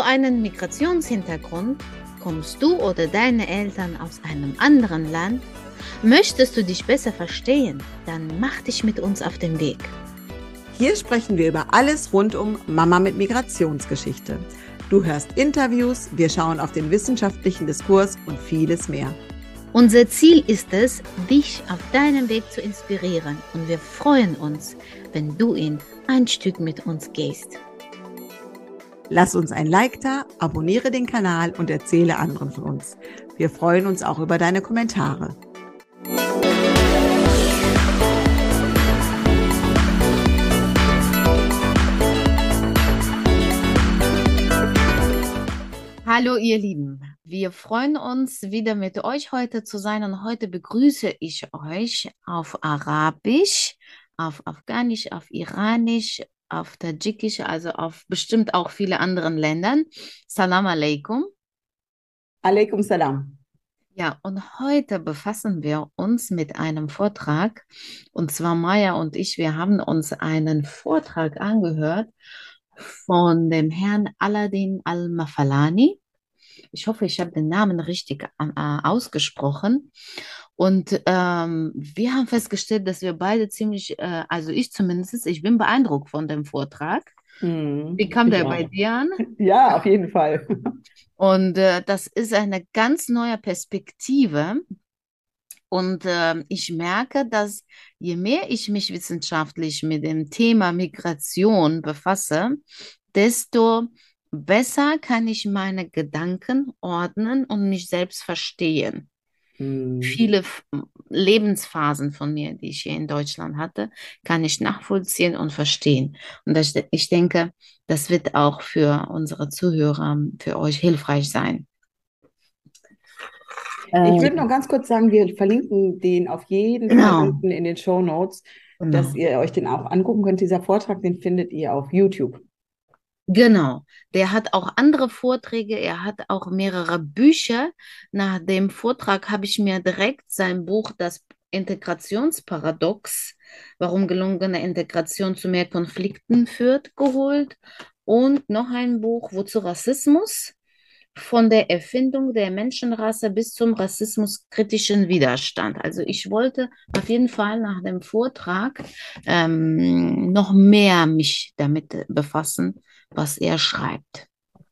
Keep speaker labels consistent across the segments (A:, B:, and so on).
A: einen Migrationshintergrund? Kommst du oder deine Eltern aus einem anderen Land? Möchtest du dich besser verstehen? Dann mach dich mit uns auf den Weg.
B: Hier sprechen wir über alles rund um Mama mit Migrationsgeschichte. Du hörst Interviews, wir schauen auf den wissenschaftlichen Diskurs und vieles mehr.
A: Unser Ziel ist es, dich auf deinem Weg zu inspirieren, und wir freuen uns, wenn du ihn ein Stück mit uns gehst.
B: Lass uns ein Like da, abonniere den Kanal und erzähle anderen von uns. Wir freuen uns auch über deine Kommentare.
A: Hallo ihr Lieben, wir freuen uns wieder mit euch heute zu sein, und heute begrüße ich euch auf Arabisch, auf Afghanisch, auf Iranisch, auf Tadschikisch, also auf bestimmt auch viele anderen Ländern. Salam alaikum.
B: Alaikum salam.
A: Ja, und heute befassen wir uns mit einem Vortrag, und zwar Maya und ich, wir haben uns einen Vortrag angehört von dem Herrn Aladdin Al-Mafalani. Ich hoffe, ich habe den Namen richtig ausgesprochen. Und wir haben festgestellt, dass wir beide ziemlich, also ich zumindest, ich bin beeindruckt von dem Vortrag. Wie kam der bei dir an?
B: Ja, auf jeden Fall.
A: Und das ist eine ganz neue Perspektive. Und ich merke, dass je mehr ich mich wissenschaftlich mit dem Thema Migration befasse, desto besser kann ich meine Gedanken ordnen und mich selbst verstehen. Viele Lebensphasen von mir, die ich hier in Deutschland hatte, kann ich nachvollziehen und verstehen. Und ich denke, das wird auch für unsere Zuhörer, für euch hilfreich sein.
B: Ich würde noch ganz kurz sagen, wir verlinken den auf jeden Fall unten in den Shownotes, dass ihr euch den auch angucken könnt. Dieser Vortrag, den findet ihr auf YouTube.
A: Genau, der hat auch andere Vorträge, er hat auch mehrere Bücher. Nach dem Vortrag habe ich mir direkt sein Buch Das Integrationsparadox, warum gelungene Integration zu mehr Konflikten führt, geholt, und noch ein Buch, Wozu Rassismus? Von der Erfindung der Menschenrasse bis zum rassismuskritischen Widerstand. Also ich wollte auf jeden Fall nach dem Vortrag noch mehr mich damit befassen, was er schreibt.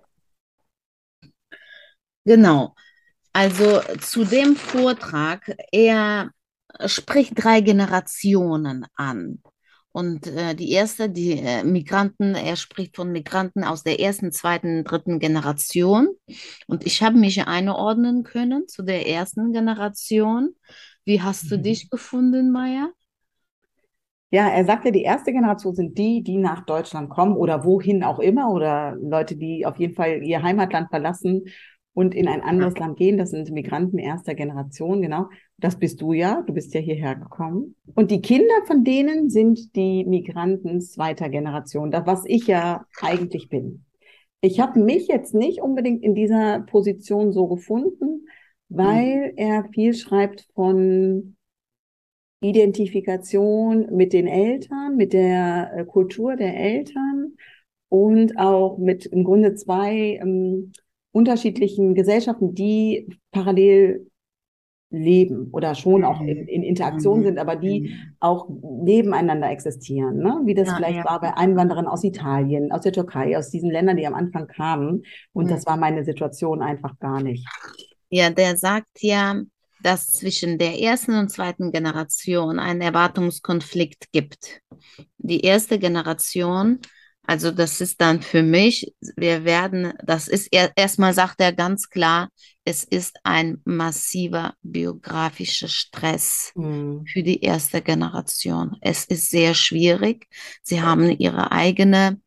A: Genau. Also zu dem Vortrag, er spricht 3 Generationen an. Und die erste, die Migranten, er spricht von Migranten aus der ersten, zweiten, dritten Generation. Und ich habe mich einordnen können zu der ersten Generation. Wie hast du dich gefunden, Maya?
B: Ja, er sagte, die erste Generation sind die, die nach Deutschland kommen oder wohin auch immer, oder Leute, die auf jeden Fall ihr Heimatland verlassen und in ein anderes Land gehen. Das sind Migranten erster Generation, genau. Das bist du ja. Du bist ja hierher gekommen. Und die Kinder von denen sind die Migranten zweiter Generation, das, was ich ja eigentlich bin. Ich habe mich jetzt nicht unbedingt in dieser Position so gefunden, weil er viel schreibt von Identifikation mit den Eltern, mit der Kultur der Eltern und auch mit im Grunde 2 unterschiedlichen Gesellschaften, die parallel leben oder schon auch in Interaktion sind, aber die auch nebeneinander existieren, ne? Wie das vielleicht war bei Einwanderern aus Italien, aus der Türkei, aus diesen Ländern, die am Anfang kamen. Und das war meine Situation einfach gar nicht.
A: Ja, der sagt ja, dass zwischen der ersten und zweiten Generation einen Erwartungskonflikt gibt. Die erste Generation, also das ist dann für mich, das ist erstmal, sagt er ganz klar, es ist ein massiver biografischer Stress für die erste Generation. Es ist sehr schwierig. Sie haben ihre eigene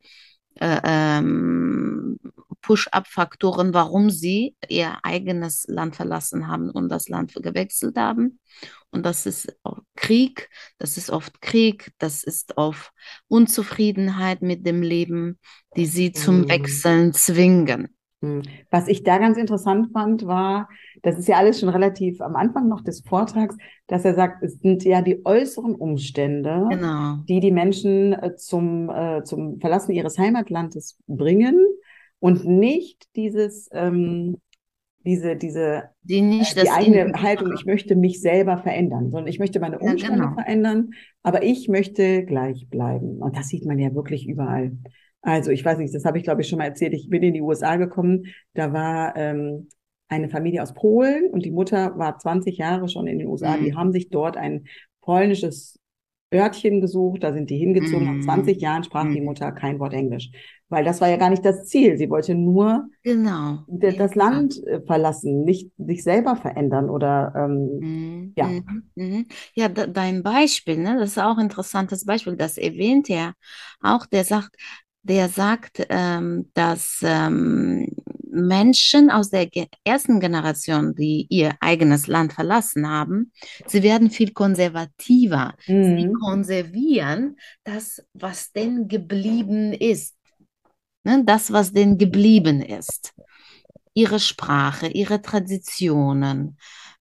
A: Push-up-Faktoren, warum sie ihr eigenes Land verlassen haben und das Land gewechselt haben. Und das ist Krieg, das ist oft Krieg, das ist oft Unzufriedenheit mit dem Leben, die sie zum Wechseln zwingen.
B: Was ich da ganz interessant fand, war, das ist ja alles schon relativ am Anfang noch des Vortrags, dass er sagt, es sind ja die äußeren Umstände,
A: Genau.
B: die die Menschen zum Verlassen ihres Heimatlandes bringen. und nicht diese
A: die nicht
B: die
A: das
B: eigene Haltung,
A: Innere.
B: ich möchte mich selber verändern, sondern ich möchte meine
A: Ja,
B: Umstände
A: genau.
B: verändern, aber ich möchte gleich bleiben. Und das sieht man ja wirklich überall. Also ich weiß nicht, das habe ich glaube ich schon mal erzählt. Ich bin in die USA gekommen, da war eine Familie aus Polen und die Mutter war 20 Jahre schon in den USA. Die haben
A: Mhm.
B: sich dort ein polnisches Örtchen gesucht, da sind die hingezogen. Nach 20
A: Mhm.
B: Jahren sprach die
A: Mhm.
B: Mutter kein Wort Englisch, weil das war ja gar nicht das Ziel. Sie wollte nur
A: Genau. Ja.
B: das Land verlassen, nicht sich selber verändern oder
A: Mhm.
B: ja.
A: Mhm. Mhm. Ja, dein Beispiel, ne, das ist auch ein interessantes Beispiel. Das erwähnt er auch. Der sagt, dass Menschen aus der ersten Generation, die ihr eigenes Land verlassen haben, sie werden viel konservativer. Sie
B: Mhm.
A: konservieren das, was denn geblieben ist. Ne, das, was denn geblieben ist. Ihre Sprache, ihre Traditionen,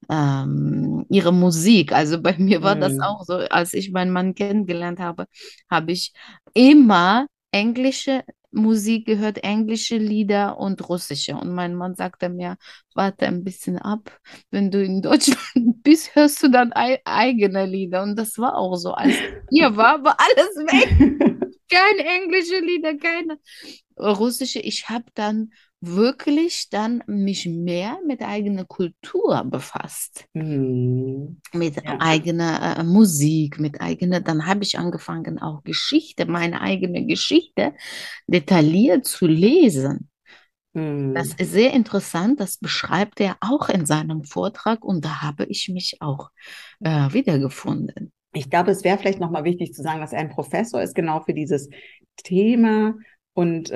A: ihre Musik. Also bei mir war das
B: Mhm.
A: auch so, als ich meinen Mann kennengelernt habe, habe ich immer englische Musik gehört, englische Lieder und russische. Und mein Mann sagte mir, warte ein bisschen ab, wenn du in Deutschland bist, hörst du dann eigene Lieder. Und das war auch so. Als ich hier war alles weg. Keine englische Lieder, keine russische. Ich habe dann wirklich dann mich mehr mit eigener Kultur befasst,
B: Mhm.
A: mit
B: Ja.
A: eigener Musik, mit eigener, dann habe ich angefangen auch Geschichte, meine eigene Geschichte detailliert zu lesen. Das
B: Mhm.
A: ist sehr interessant, das beschreibt er auch in seinem Vortrag und da habe ich mich auch wiedergefunden.
B: Ich glaube, es wäre vielleicht nochmal wichtig zu sagen, dass er ein Professor ist, genau für dieses Thema und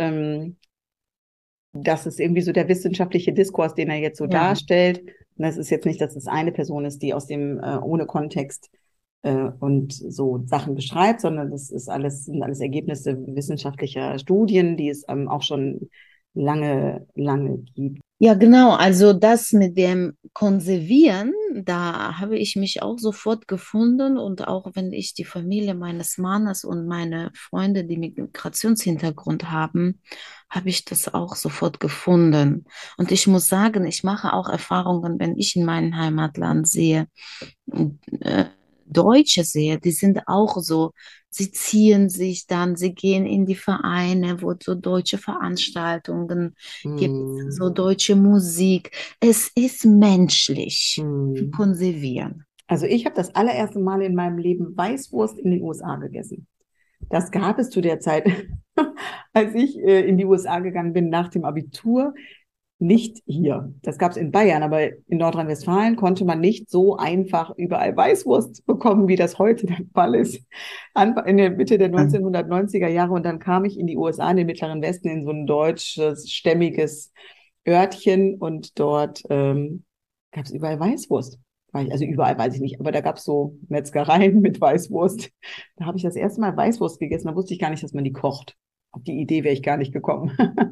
B: das ist irgendwie so der wissenschaftliche Diskurs, den er jetzt so
A: Ja.
B: darstellt. Und das ist jetzt nicht, dass es eine Person ist, die aus dem ohne Kontext und so Sachen beschreibt, sondern das ist alles, sind alles Ergebnisse wissenschaftlicher Studien, die es auch schon lange gibt.
A: Ja, genau. Also das mit dem Konservieren, da habe ich mich auch sofort gefunden und auch wenn ich die Familie meines Mannes und meine Freunde, die Migrationshintergrund haben, habe ich das auch sofort gefunden. Und ich muss sagen, ich mache auch Erfahrungen, wenn ich in meinem Heimatland sehe, äh, Deutsche sehe, die sind auch so, sie ziehen sich dann, sie gehen in die Vereine, wo so deutsche Veranstaltungen gibt,
B: Hm,
A: so deutsche Musik. Es ist menschlich zu
B: hm.
A: konservieren.
B: Also ich habe das allererste Mal in meinem Leben Weißwurst in den USA gegessen. Das gab es zu der Zeit, als ich in die USA gegangen bin nach dem Abitur, nicht hier. Das gab es in Bayern, aber in Nordrhein-Westfalen konnte man nicht so einfach überall Weißwurst bekommen, wie das heute der Fall ist. In der Mitte der 1990er Jahre und dann kam ich in die USA, in den Mittleren Westen, in so ein deutsches, stämmiges Örtchen und dort gab es überall Weißwurst. Also überall weiß ich nicht, aber da gab es so Metzgereien mit Weißwurst. Da habe ich das erste Mal Weißwurst gegessen, da wusste ich gar nicht, dass man die kocht. Auf die Idee wäre ich gar nicht gekommen.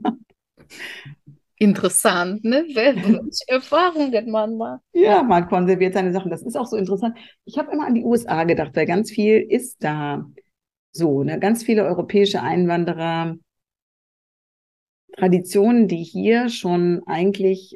A: Interessant, ne? Welche Erfahrungen man macht.
B: Ja, man konserviert seine Sachen. Das ist auch so interessant. Ich habe immer an die USA gedacht, weil ganz viel ist da so, ne? Ganz viele europäische Einwanderer, Traditionen, die hier schon eigentlich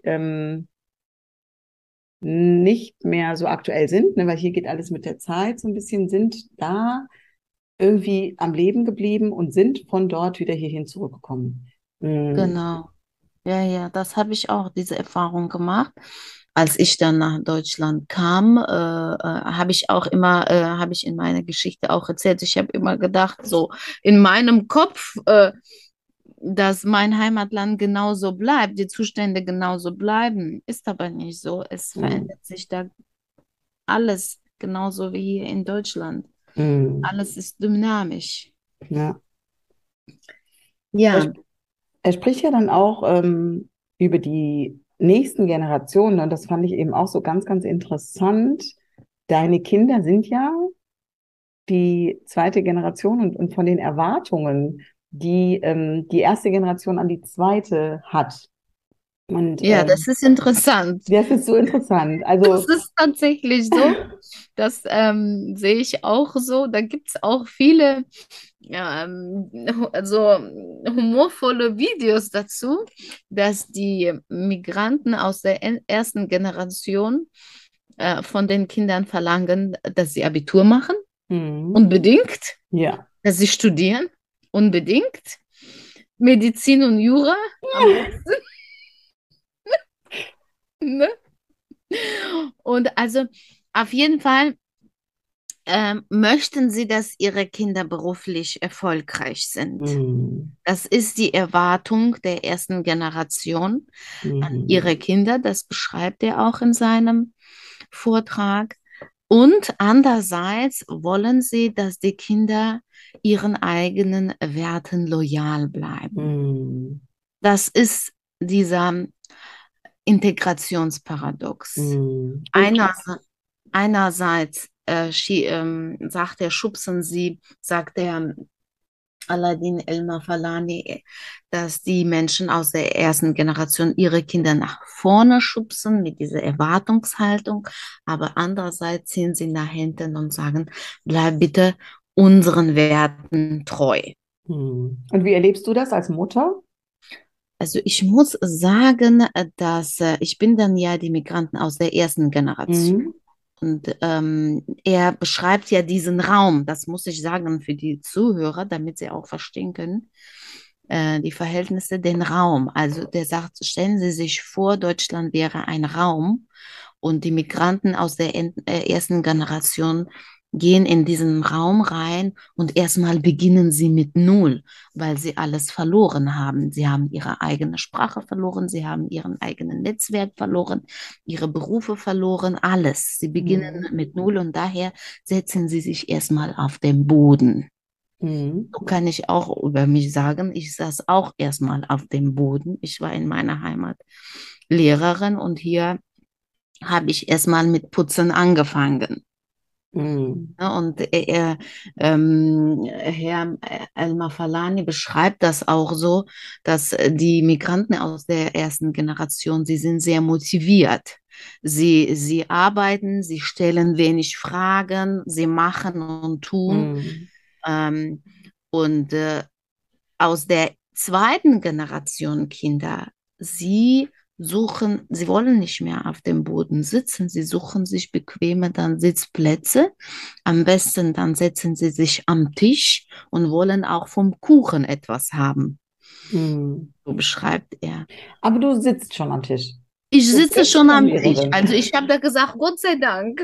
B: nicht mehr so aktuell sind, ne? Weil hier geht alles mit der Zeit so ein bisschen, sind da irgendwie am Leben geblieben und sind von dort wieder hierhin zurückgekommen. Mhm.
A: Genau. Ja, ja, das habe ich auch, diese Erfahrung gemacht. Als ich dann nach Deutschland kam, habe ich auch immer, habe ich in meiner Geschichte auch erzählt, ich habe immer gedacht, so in meinem Kopf, dass mein Heimatland genauso bleibt, die Zustände genauso bleiben. Ist aber nicht so. Es
B: Mhm.
A: verändert sich da alles genauso wie hier in Deutschland.
B: Mhm.
A: Alles ist dynamisch.
B: Ja. Er,
A: Ja,
B: sp- er spricht ja dann auch über die nächsten Generationen und das fand ich eben auch so ganz interessant. Deine Kinder sind ja die zweite Generation und von den Erwartungen, die die erste Generation an die zweite hat. Und
A: ja, das ist interessant.
B: das ist so interessant.
A: Das
B: Also,
A: ist tatsächlich so. Das sehe ich auch so. Da gibt es auch viele. also humorvolle Videos dazu, dass die Migranten aus der ersten Generation von den Kindern verlangen, dass sie Abitur machen,
B: Mhm.
A: unbedingt,
B: Ja.
A: dass sie studieren, unbedingt, Medizin und Jura am besten, ne? Und also auf jeden Fall möchten sie, dass ihre Kinder beruflich erfolgreich sind.
B: Mhm.
A: Das ist die Erwartung der ersten Generation an
B: Mhm.
A: ihre Kinder. Das beschreibt er auch in seinem Vortrag. Und andererseits wollen sie, dass die Kinder ihren eigenen Werten loyal bleiben.
B: Mhm.
A: Das ist dieser Integrationsparadox.
B: Mhm. Und
A: Einerseits, einerseits sagt er, schubsen sie, sagt er, Aladdin Elmar Falani, dass die Menschen aus der ersten Generation ihre Kinder nach vorne schubsen mit dieser Erwartungshaltung, aber andererseits ziehen sie nach hinten und sagen, bleib bitte unseren Werten treu.
B: Und wie erlebst du das als Mutter?
A: Also ich muss sagen, dass ich bin dann ja die Migranten aus der ersten Generation.
B: Mhm.
A: Und er beschreibt ja diesen Raum, das muss ich sagen für die Zuhörer, damit sie auch verstehen können, die Verhältnisse, den Raum. Also der sagt, stellen Sie sich vor, Deutschland wäre ein Raum und die Migranten aus der ersten Generation gehen in diesen Raum rein und erstmal beginnen sie mit Null, weil sie alles verloren haben. Sie haben ihre eigene Sprache verloren, sie haben ihren eigenen Netzwerk verloren, ihre Berufe verloren, alles. Sie beginnen
B: Mhm.
A: mit Null und daher setzen sie sich erstmal auf den Boden.
B: Mhm.
A: So kann ich auch über mich sagen, ich saß auch erstmal auf dem Boden. Ich war in meiner Heimat Lehrerin und hier habe ich erstmal mit Putzen angefangen.
B: Mhm.
A: Ja, und Herr Elmar Falani beschreibt das auch so, dass die Migranten aus der ersten Generation, sie sind sehr motiviert. Sie arbeiten, sie stellen wenig Fragen, sie machen und tun.
B: Mhm.
A: Ähm, und aus der zweiten Generation Kinder, sie wollen nicht mehr auf dem Boden sitzen, sie suchen sich bequeme dann Sitzplätze. Am besten dann setzen sie sich am Tisch und wollen auch vom Kuchen etwas haben.
B: Mhm.
A: So beschreibt er.
B: Aber du sitzt schon am Tisch.
A: Ich
B: Du
A: sitze
B: bist
A: schon
B: schon
A: am Tisch.
B: Lehrerin.
A: Also ich habe da gesagt, Gott sei Dank.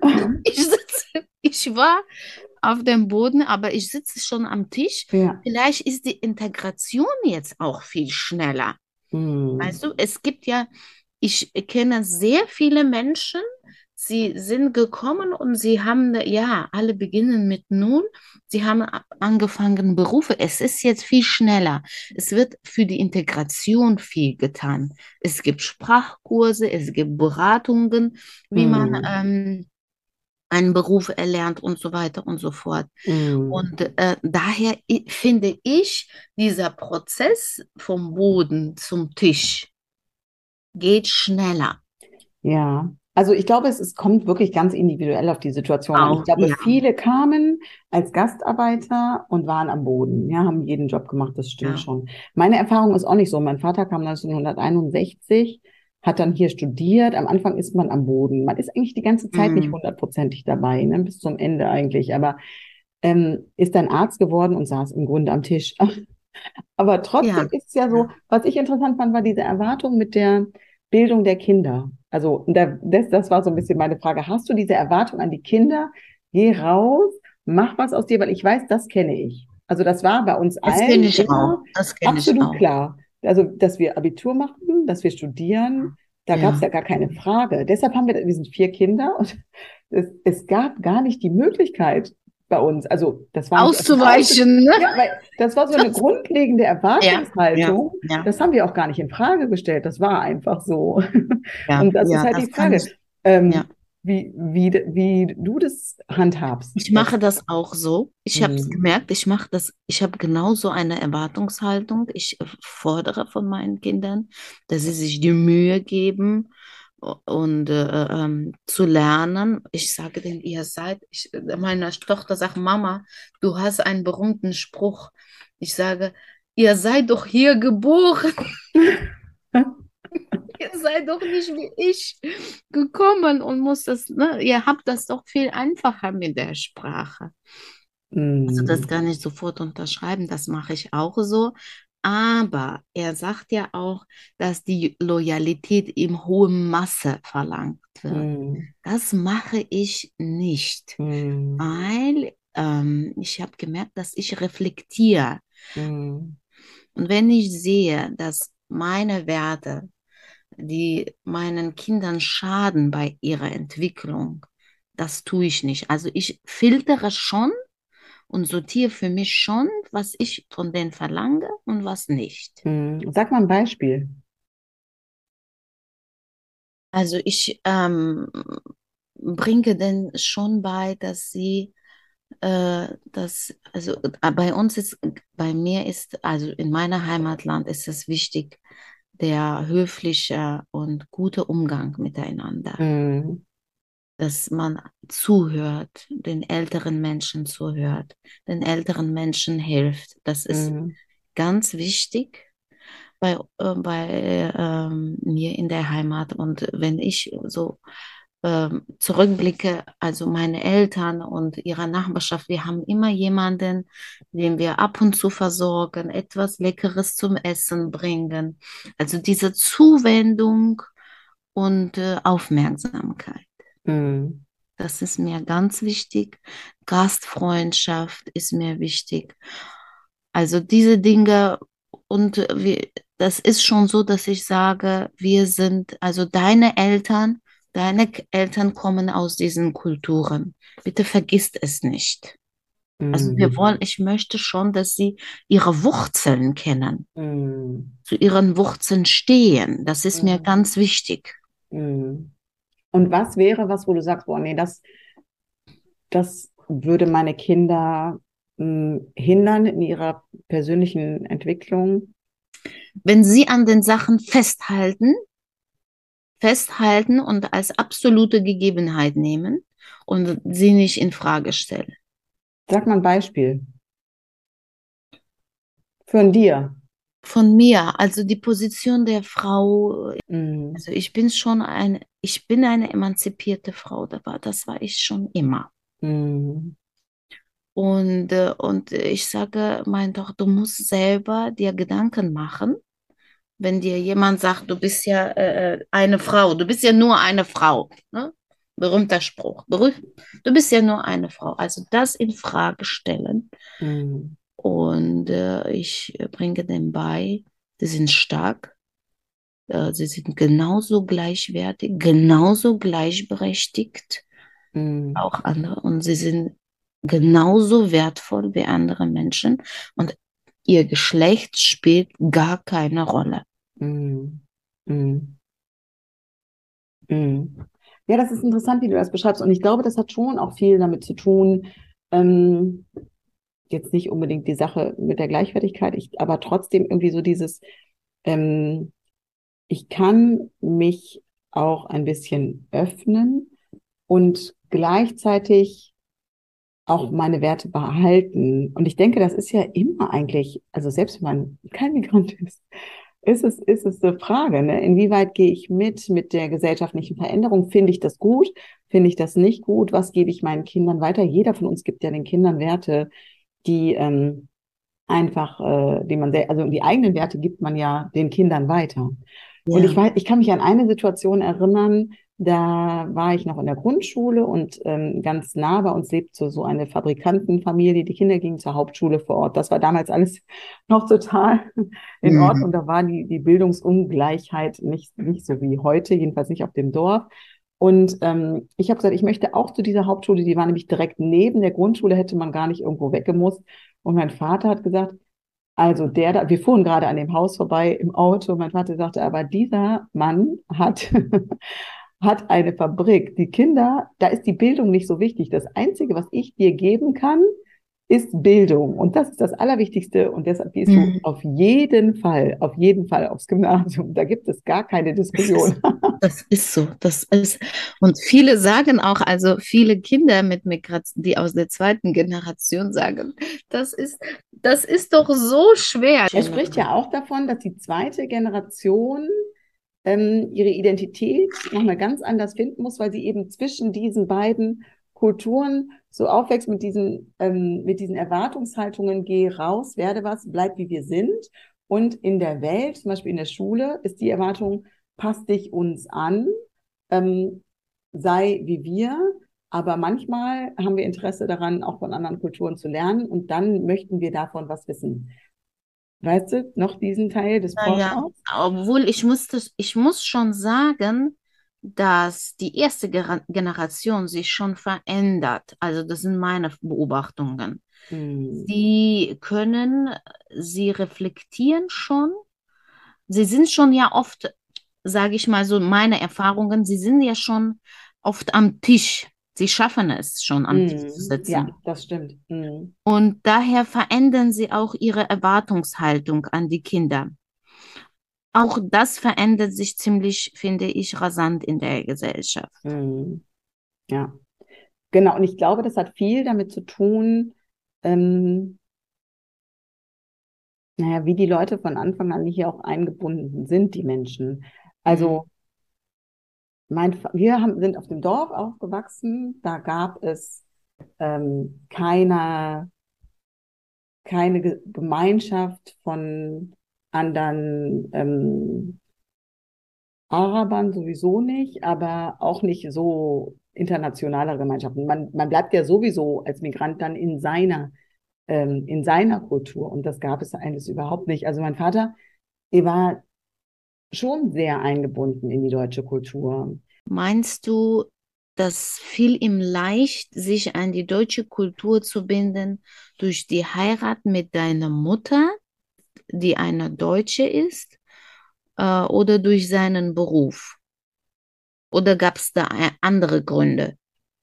A: Ich war auf dem Boden, aber ich sitze schon am Tisch.
B: Ja.
A: Vielleicht ist die Integration jetzt auch viel schneller.
B: Mhm.
A: Weißt du, es gibt ja, ich kenne sehr viele Menschen, sie sind gekommen und sie haben, ja, alle beginnen mit Null. Sie haben angefangen Berufe. Es ist jetzt viel schneller. Es wird für die Integration viel getan. Es gibt Sprachkurse, es gibt Beratungen, wie man
B: Mhm.
A: einen Beruf erlernt und so weiter und so fort.
B: Mhm.
A: Und daher finde ich, dieser Prozess vom Boden zum Tisch geht schneller.
B: Ja, also ich glaube, es kommt wirklich ganz individuell auf die Situation an. Ich
A: Auch,
B: glaube,
A: ja,
B: viele kamen als Gastarbeiter und waren am Boden, ja, haben jeden Job gemacht, das stimmt
A: ja.
B: schon. Meine Erfahrung ist auch nicht so. Mein Vater kam 1961, hat dann hier studiert. Am Anfang ist man am Boden. Man ist eigentlich die ganze Zeit nicht
A: Mm,
B: hundertprozentig dabei, ne, bis zum Ende eigentlich, aber ist dann Arzt geworden und saß im Grunde am Tisch. Aber trotzdem
A: ja,
B: ist es ja so,
A: ja.
B: was ich interessant fand, war diese Erwartung mit der Bildung der Kinder. Also das war so ein bisschen meine Frage. Hast du diese Erwartung an die Kinder? Geh raus, mach was aus dir, weil ich weiß, das kenne ich. Also das war bei uns
A: Das kenne
B: allen
A: ich auch.
B: immer
A: Das kenne ich
B: absolut
A: auch.
B: klar. Also, dass wir Abitur machen, dass wir studieren, da gab es
A: Ja.
B: ja gar keine Frage. Deshalb wir sind 4 Kinder und es gab gar nicht die Möglichkeit bei uns. Also das war nicht aus dem Haus.
A: Auszuweichen, ne?
B: Ja, weil das war so eine
A: Das,
B: grundlegende
A: ja, ja,
B: Erwartungshaltung.
A: ja,
B: Das haben wir auch gar nicht in Frage gestellt. Das war einfach so.
A: ja,
B: Und das ist
A: ja,
B: halt die
A: das kann
B: Frage,
A: ich, ja.
B: wie du das handhabst.
A: Ich mache das auch so. Ich habe es
B: Hm,
A: gemerkt, ich mache das, ich habe genauso eine Erwartungshaltung. Ich fordere von meinen Kindern, dass sie sich die Mühe geben und zu lernen. Ich sage denen, meine Tochter sagt, Mama, du hast einen berühmten Spruch. Ich sage, ihr seid doch hier geboren. Ihr seid doch nicht wie ich gekommen und muss das, ne? Ihr habt das doch viel einfacher mit der Sprache. Also das
B: Mm,
A: kann ich sofort unterschreiben, das mache ich auch so. Aber er sagt ja auch, dass die Loyalität in hohem Masse verlangt wird.
B: mm,
A: Das mache ich nicht,
B: mm,
A: weil ich habe gemerkt, dass ich reflektiere.
B: mm,
A: Und wenn ich sehe, dass meine Werte, die meinen Kindern schaden bei ihrer Entwicklung, das tue ich nicht. Also ich filtere schon und sortiere für mich schon, was ich von denen verlange und was nicht.
B: Sag mal ein Beispiel.
A: Also ich bringe denen schon bei, dass sie bei uns ist, bei mir ist, also in meiner Heimatland ist es wichtig, der höfliche und gute Umgang miteinander.
B: Mm,
A: Dass man zuhört, den älteren Menschen zuhört, den älteren Menschen hilft. Das ist
B: mm,
A: ganz wichtig bei mir in der Heimat. Und wenn ich so zurückblicke, also meine Eltern und ihre Nachbarschaft, wir haben immer jemanden, den wir ab und zu versorgen, etwas Leckeres zum Essen bringen. Also diese Zuwendung und Aufmerksamkeit.
B: mm,
A: Das ist mir ganz wichtig. Gastfreundschaft ist mir wichtig. Also diese Dinge und das ist schon so, dass ich sage, wir sind, also deine Eltern kommen aus diesen Kulturen. Bitte vergisst es nicht. Also
B: mm,
A: ich möchte schon, dass sie ihre Wurzeln kennen,
B: mm,
A: zu ihren Wurzeln stehen. Das ist mir
B: mm,
A: ganz wichtig.
B: mm. Und was wäre was, wo du sagst, boah, nee, das würde meine Kinder hindern in ihrer persönlichen Entwicklung?
A: Wenn sie an den Sachen festhalten und als absolute Gegebenheit nehmen und sie nicht in Frage stellen.
B: Sag mal ein Beispiel von dir.
A: Von mir, also die Position der Frau,
B: Mm,
A: also ich bin eine emanzipierte Frau, das war ich schon immer.
B: mm,
A: Und ich sage, mein Doch, du musst selber dir Gedanken machen, wenn dir jemand sagt, du bist ja eine Frau, du bist ja nur eine Frau, ne? Berühmter Spruch. Du bist ja nur eine Frau. Also das in Frage stellen.
B: mm,
A: Und ich bringe dem bei, sie sind stark, sie sind genauso gleichwertig, genauso gleichberechtigt,
B: mm,
A: auch andere. Und sie sind genauso wertvoll wie andere Menschen. Und ihr Geschlecht spielt gar keine Rolle.
B: mm, mm, mm. Ja, das ist interessant, wie du das beschreibst. Und ich glaube, das hat schon auch viel damit zu tun, ähm, jetzt nicht unbedingt die Sache mit der Gleichwertigkeit, aber trotzdem irgendwie so dieses, ähm, ich kann mich auch ein bisschen öffnen und gleichzeitig auch meine Werte behalten. Und ich denke, das ist ja immer eigentlich, also selbst wenn man kein Migrant ist, ist es eine Frage, ne? Inwieweit gehe ich mit der gesellschaftlichen Veränderung? Finde ich das gut? Finde ich das nicht gut? Was gebe ich meinen Kindern weiter? Jeder von uns gibt ja den Kindern Werte, die einfach, die man also die eigenen Werte gibt man ja den Kindern weiter. Und ich
A: Ja.
B: weiß, ich kann mich an eine Situation erinnern, da war ich noch in der Grundschule und ganz nah bei uns lebt so eine Fabrikantenfamilie. Die Kinder gingen zur Hauptschule vor Ort. Das war damals alles noch total in Ordnung.
A: Mhm.
B: Da war die Bildungsungleichheit nicht so wie heute, jedenfalls nicht auf dem Dorf. Und ich habe gesagt, ich möchte auch zu dieser Hauptschule. Die war nämlich direkt neben der Grundschule, hätte man gar nicht irgendwo weggemusst. Und mein Vater hat gesagt, also der da, wir fuhren gerade an dem Haus vorbei im Auto. Mein Vater sagte, aber dieser Mann hat, hat eine Fabrik. Die Kinder, da ist die Bildung nicht so wichtig. Das Einzige, was ich dir geben kann, ist Bildung. Und das ist das Allerwichtigste. Und deshalb gehst du
A: Mhm.
B: auf jeden Fall aufs Gymnasium. Da gibt es gar keine Diskussion.
A: Das ist so. Und viele sagen auch, also viele Kinder mit Migration, die aus der zweiten Generation sagen, das ist, das ist doch so schwer.
B: Er spricht ja auch davon, dass die zweite Generation ihre Identität nochmal ganz anders finden muss, weil sie eben zwischen diesen beiden Kulturen so aufwächst mit diesen Erwartungshaltungen, geh raus, werde was, bleib wie wir sind. Und in der Welt, zum Beispiel in der Schule, ist die Erwartung, passt dich uns an, ähm, sei wie wir. Aber manchmal haben wir Interesse daran, auch von anderen Kulturen zu lernen und dann möchten wir davon was wissen. Weißt du, noch diesen Teil des
A: Naja,
B: Vortrags?
A: obwohl ich muss schon sagen, dass die erste Generation sich schon verändert. Also das sind meine Beobachtungen.
B: Hm.
A: Sie reflektieren schon. Sie sind schon ja oft, sage ich mal so, meine Erfahrungen, sie sind ja schon oft am Tisch. Sie schaffen es schon am Tisch zu
B: Ja,
A: sitzen.
B: das stimmt.
A: Und daher verändern sie auch ihre Erwartungshaltung an die Kinder. Auch das verändert sich ziemlich, finde ich, rasant in der Gesellschaft.
B: Mhm. Ja, genau. Und ich glaube, das hat viel damit zu tun, ähm, naja, wie die Leute von Anfang an hier auch eingebunden sind, die Menschen.
A: Mhm.
B: Also sind auf dem Dorf aufgewachsen, da gab es keine Gemeinschaft von anderen Arabern sowieso nicht, aber auch nicht so internationale Gemeinschaften. Man bleibt ja sowieso als Migrant dann in seiner Kultur und das gab es eigentlich überhaupt nicht. Also mein Vater, er war schon sehr eingebunden in die deutsche Kultur.
A: Meinst du, das fiel ihm leicht, sich an die deutsche Kultur zu binden durch die Heirat mit deiner Mutter, die eine Deutsche ist, oder durch seinen Beruf? Oder gab es da andere Gründe?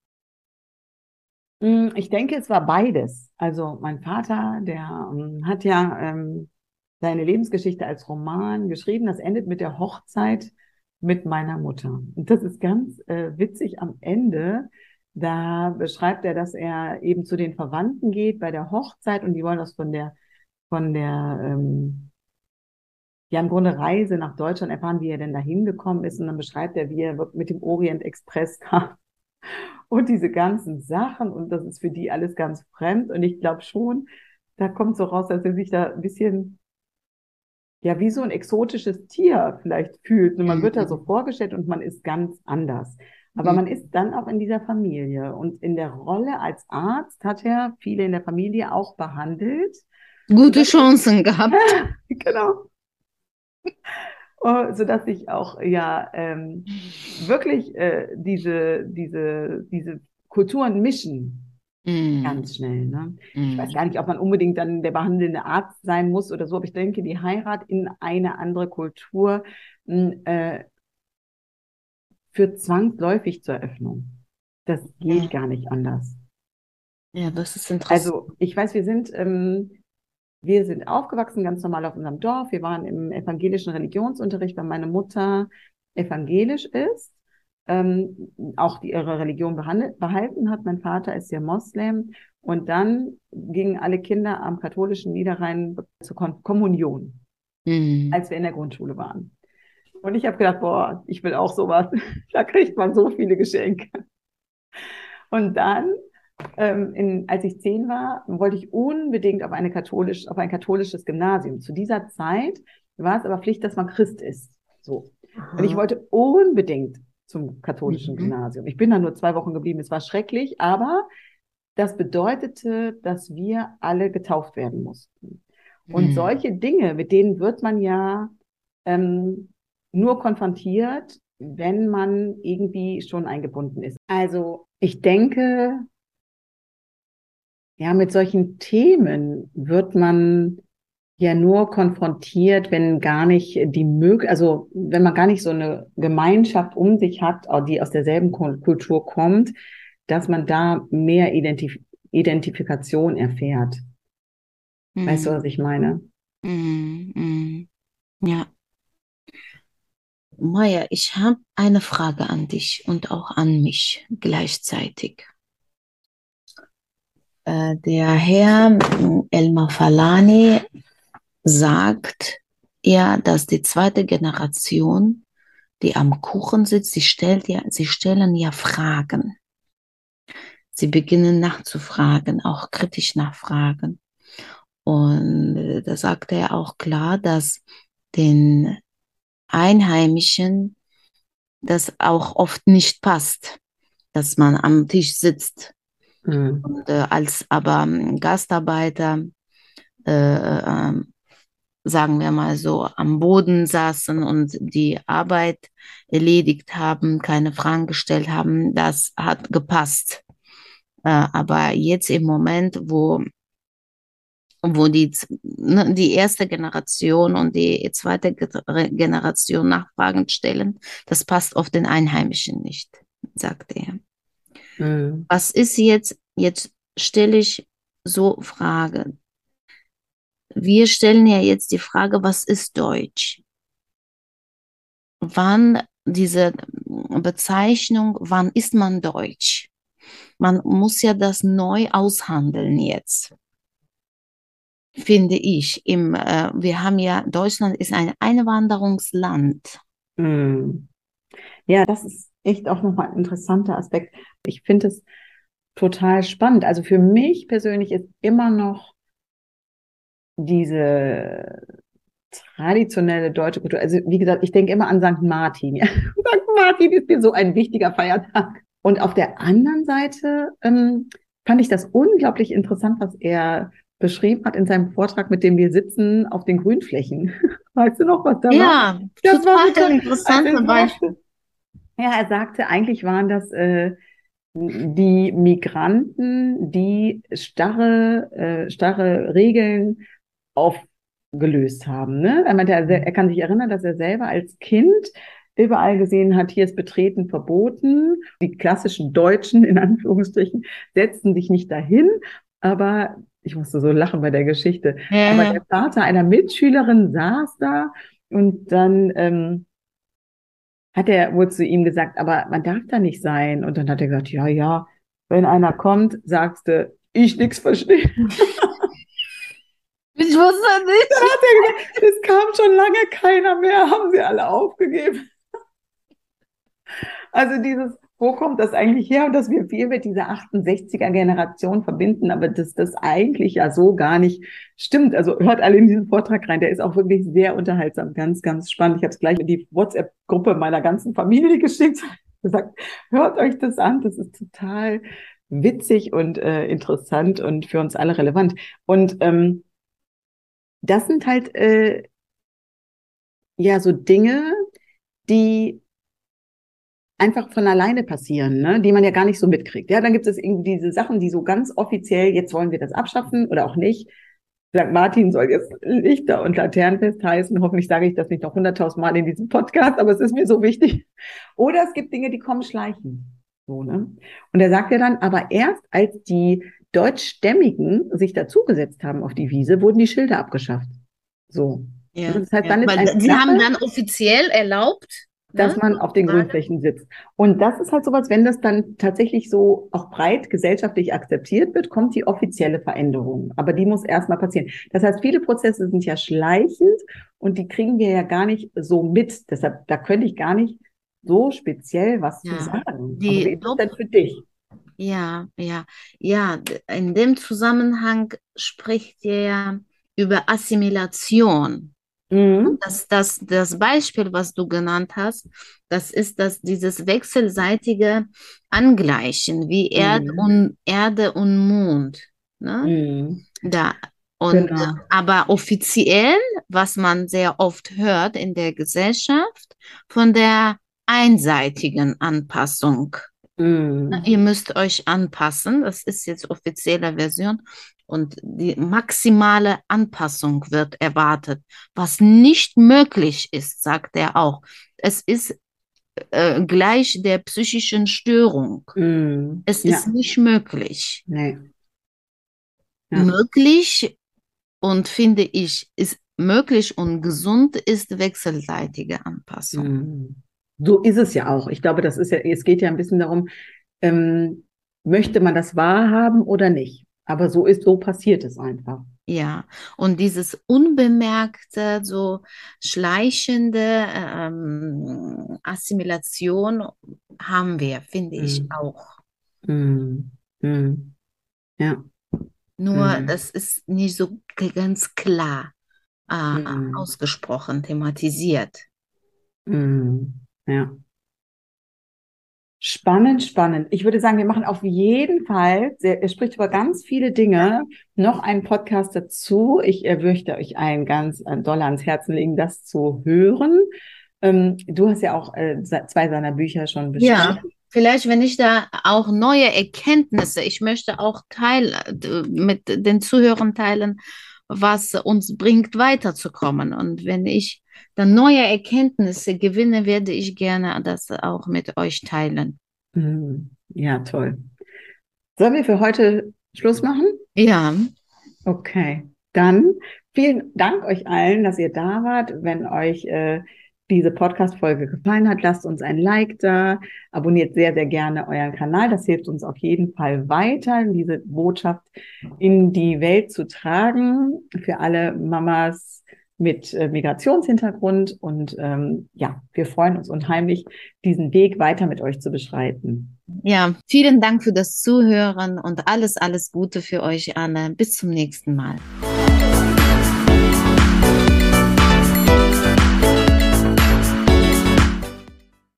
B: Ich denke, es war beides. Also mein Vater, der hat ja seine Lebensgeschichte als Roman geschrieben. Das endet mit der Hochzeit mit meiner Mutter. Und das ist ganz witzig am Ende. Da beschreibt er, dass er eben zu den Verwandten geht bei der Hochzeit und die wollen das von der ja im Grunde Reise nach Deutschland erfahren, wie er denn da hingekommen ist. Und dann beschreibt er, wie er mit dem Orient Express kam und diese ganzen Sachen. Und das ist für die alles ganz fremd. Und ich glaube schon, da kommt so raus, dass er sich da ein bisschen, ja, wie so ein exotisches Tier vielleicht fühlt. Und man wird da so
A: Mhm.
B: vorgestellt und man ist ganz anders. Aber man
A: Mhm.
B: ist dann auch in dieser Familie. Und in der Rolle als Arzt hat er viele in der Familie auch behandelt,
A: Gute
B: sodass ich,
A: Chancen gehabt.
B: genau, sodass ich auch ja wirklich diese Kulturen mischen.
A: Mhm.
B: Ganz schnell, ne? Ich weiß
A: Mhm.
B: gar nicht, ob man unbedingt dann der behandelnde Arzt sein muss oder so, aber ich denke, die Heirat in eine andere Kultur mh, äh, führt zwangsläufig zur Öffnung. Das geht gar nicht anders.
A: Ja, das ist interessant.
B: Also ich weiß, wir sind aufgewachsen ganz normal auf unserem Dorf. Wir waren im evangelischen Religionsunterricht, weil meine Mutter evangelisch ist, auch ihre Religion behalten hat. Mein Vater ist ja Moslem. Und dann gingen alle Kinder am katholischen Niederrhein zur Kommunion,
A: Mhm.
B: als wir in der Grundschule waren. Und ich habe gedacht, boah, ich will auch sowas. Da kriegt man so viele Geschenke. Und dann als ich 10 war, wollte ich unbedingt auf ein katholisches Gymnasium. Zu dieser Zeit war es aber Pflicht, dass man Christ ist. So. Und ich
A: Aha.
B: wollte unbedingt zum katholischen
A: Mhm.
B: Gymnasium. Ich bin da nur 2 Wochen geblieben. Es war schrecklich, aber das bedeutete, dass wir alle getauft werden mussten. Und
A: Mhm.
B: solche Dinge, mit denen wird man ja ähm, nur konfrontiert, wenn man irgendwie schon eingebunden ist. Also ich denke, ja, mit solchen Themen wird man ja nur konfrontiert, wenn gar nicht also wenn man gar nicht so eine Gemeinschaft um sich hat, die aus derselben Kultur kommt, dass man da mehr Identifikation erfährt. Weißt du, was ich meine?
A: Ja, Maja, ich habe eine Frage an dich und auch an mich gleichzeitig. Der Herr Elmar Falani sagt ja, dass die zweite Generation, die am Kuchen sitzt, sie stellen ja Fragen. Sie beginnen nachzufragen, auch kritisch nachfragen. Und da sagt er auch klar, dass den Einheimischen das auch oft nicht passt, dass man am Tisch sitzt.
B: Mhm.
A: Und als aber Gastarbeiter, sagen wir mal so, am Boden saßen und die Arbeit erledigt haben, keine Fragen gestellt haben, das hat gepasst. Aber jetzt im Moment, wo die erste Generation und die zweite Generation Nachfragen stellen, das passt auf den Einheimischen nicht, sagt er.
B: Mhm.
A: Was ist jetzt, jetzt stelle ich so Fragen. Wir stellen ja jetzt die Frage, was ist Deutsch? Wann diese Bezeichnung, wann ist man Deutsch? Man muss ja das neu aushandeln jetzt, finde ich. Wir haben ja, Deutschland ist ein Einwanderungsland.
B: Mhm. Ja, das ist echt auch nochmal ein interessanter Aspekt. Ich finde es total spannend. Also für mich persönlich ist immer noch diese traditionelle deutsche Kultur. Also wie gesagt, ich denke immer an St. Martin. Ja. St. Martin ist mir so ein wichtiger Feiertag. Und auf der anderen Seite fand ich das unglaublich interessant, was er beschrieben hat in seinem Vortrag, mit dem wir sitzen auf den Grünflächen. Weißt du noch, was da war?
A: Ja,
B: Das war so
A: total
B: toll, als er
A: interessante
B: sagte.
A: Beispiel.
B: Ja, er sagte, eigentlich waren das die Migranten, die starre Regeln aufgelöst haben. Ne? Er meinte, er kann sich erinnern, dass er selber als Kind überall gesehen hat, hier ist Betreten verboten. Die klassischen Deutschen, in Anführungsstrichen, setzten sich nicht dahin, aber ich musste so lachen bei der Geschichte.
A: Ja,
B: Aber
A: ja.
B: der Vater einer Mitschülerin saß da und dann hat er wohl zu ihm gesagt, aber man darf da nicht sein. Und dann hat er gesagt, ja, ja, wenn einer kommt, sagst du, ich nichts verstehe.
A: Ich wusste
B: Dann
A: nicht.
B: hat er gesagt, es kam schon lange keiner mehr, haben sie alle aufgegeben. Also dieses, wo kommt das eigentlich her? Und dass wir viel mit dieser 68er-Generation verbinden, aber dass das eigentlich ja so gar nicht stimmt. Also hört alle in diesen Vortrag rein, der ist auch wirklich sehr unterhaltsam, ganz, ganz spannend. Ich habe es gleich in die WhatsApp-Gruppe meiner ganzen Familie geschickt, gesagt, hört euch das an, das ist total witzig und interessant und für uns alle relevant. Und das sind halt ja so Dinge, die einfach von alleine passieren, ne? Die man ja gar nicht so mitkriegt. Ja, dann gibt es irgendwie diese Sachen, die so ganz offiziell, jetzt wollen wir das abschaffen oder auch nicht. St. Martin soll jetzt Lichter- und Laternenfest heißen. Hoffentlich sage ich das nicht noch 100.000 Mal in diesem Podcast, aber es ist mir so wichtig. Oder es gibt Dinge, die kommen schleichen. So, ne? Und er sagt ja dann, aber erst als die Deutschstämmigen sich dazugesetzt haben auf die Wiese, wurden die Schilder abgeschafft. So.
A: Ja,
B: Das heißt,
A: ja.
B: dann ist
A: Weil
B: eine
A: sie haben
B: Sache,
A: dann offiziell erlaubt,
B: dass
A: ne,
B: man auf den
A: sozusagen.
B: Grünflächen sitzt. Und das ist halt sowas, wenn das dann tatsächlich so auch breit gesellschaftlich akzeptiert wird, kommt die offizielle Veränderung. Aber die muss erstmal passieren. Das heißt, viele Prozesse sind ja schleichend und die kriegen wir ja gar nicht so mit. Deshalb, da könnte ich gar nicht so speziell was zu
A: Ja,
B: sagen. Aber wie
A: die
B: ist es denn für dich?
A: ja, ja, ja, in dem Zusammenhang spricht er über Assimilation.
B: Mhm.
A: Das Beispiel, was du genannt hast, das ist dieses wechselseitige Angleichen, wie
B: Mhm.
A: Erde und Mond. Ne?
B: Mhm.
A: Da. Und,
B: Genau.
A: aber offiziell, was man sehr oft hört in der Gesellschaft, von der einseitigen Anpassung.
B: Mhm.
A: Ihr müsst euch anpassen. Das ist jetzt offizielle Version. Und die maximale Anpassung wird erwartet, was nicht möglich ist, sagt er auch. Es ist gleich der psychischen Störung.
B: Mhm.
A: Es ist
B: Ja,
A: nicht möglich.
B: nee. Ja.
A: möglich und finde ich, ist möglich und gesund ist wechselseitige Anpassung.
B: Mhm. So ist es ja auch. Ich glaube, das ist ja, es geht ja ein bisschen darum, ähm, möchte man das wahrhaben oder nicht? Aber so passiert es einfach.
A: Ja, und dieses unbemerkte, so schleichende Assimilation haben wir, finde ich
B: Mhm.
A: auch.
B: Mhm. Mhm. Ja.
A: Nur
B: Mhm.
A: das ist nicht so ganz klar
B: Mhm.
A: ausgesprochen, thematisiert.
B: Mhm. Ja. Spannend, spannend. Ich würde sagen, wir machen auf jeden Fall, er spricht über ganz viele Dinge, noch einen Podcast dazu. Ich möchte euch einen ganz doll ans Herzen legen, das zu hören. Du hast ja auch zwei seiner Bücher schon
A: Ja,
B: bestellt.
A: vielleicht, wenn ich da auch neue Erkenntnisse, ich möchte auch mit den Zuhörern teilen, was uns bringt, weiterzukommen. Und wenn ich dann neue Erkenntnisse gewinne, werde ich gerne das auch mit euch teilen.
B: Ja, toll. Sollen wir für heute Schluss machen?
A: Ja,
B: Okay, dann vielen Dank euch allen, dass ihr da wart. Wenn euch diese Podcast-Folge gefallen hat, lasst uns ein Like da, abonniert sehr, sehr gerne euren Kanal. Das hilft uns auf jeden Fall weiter, diese Botschaft in die Welt zu tragen für alle Mamas mit Migrationshintergrund. Und ja, wir freuen uns unheimlich, diesen Weg weiter mit euch zu beschreiten.
A: ja, vielen Dank für das Zuhören und alles, alles Gute für euch, Anne. Bis zum nächsten Mal.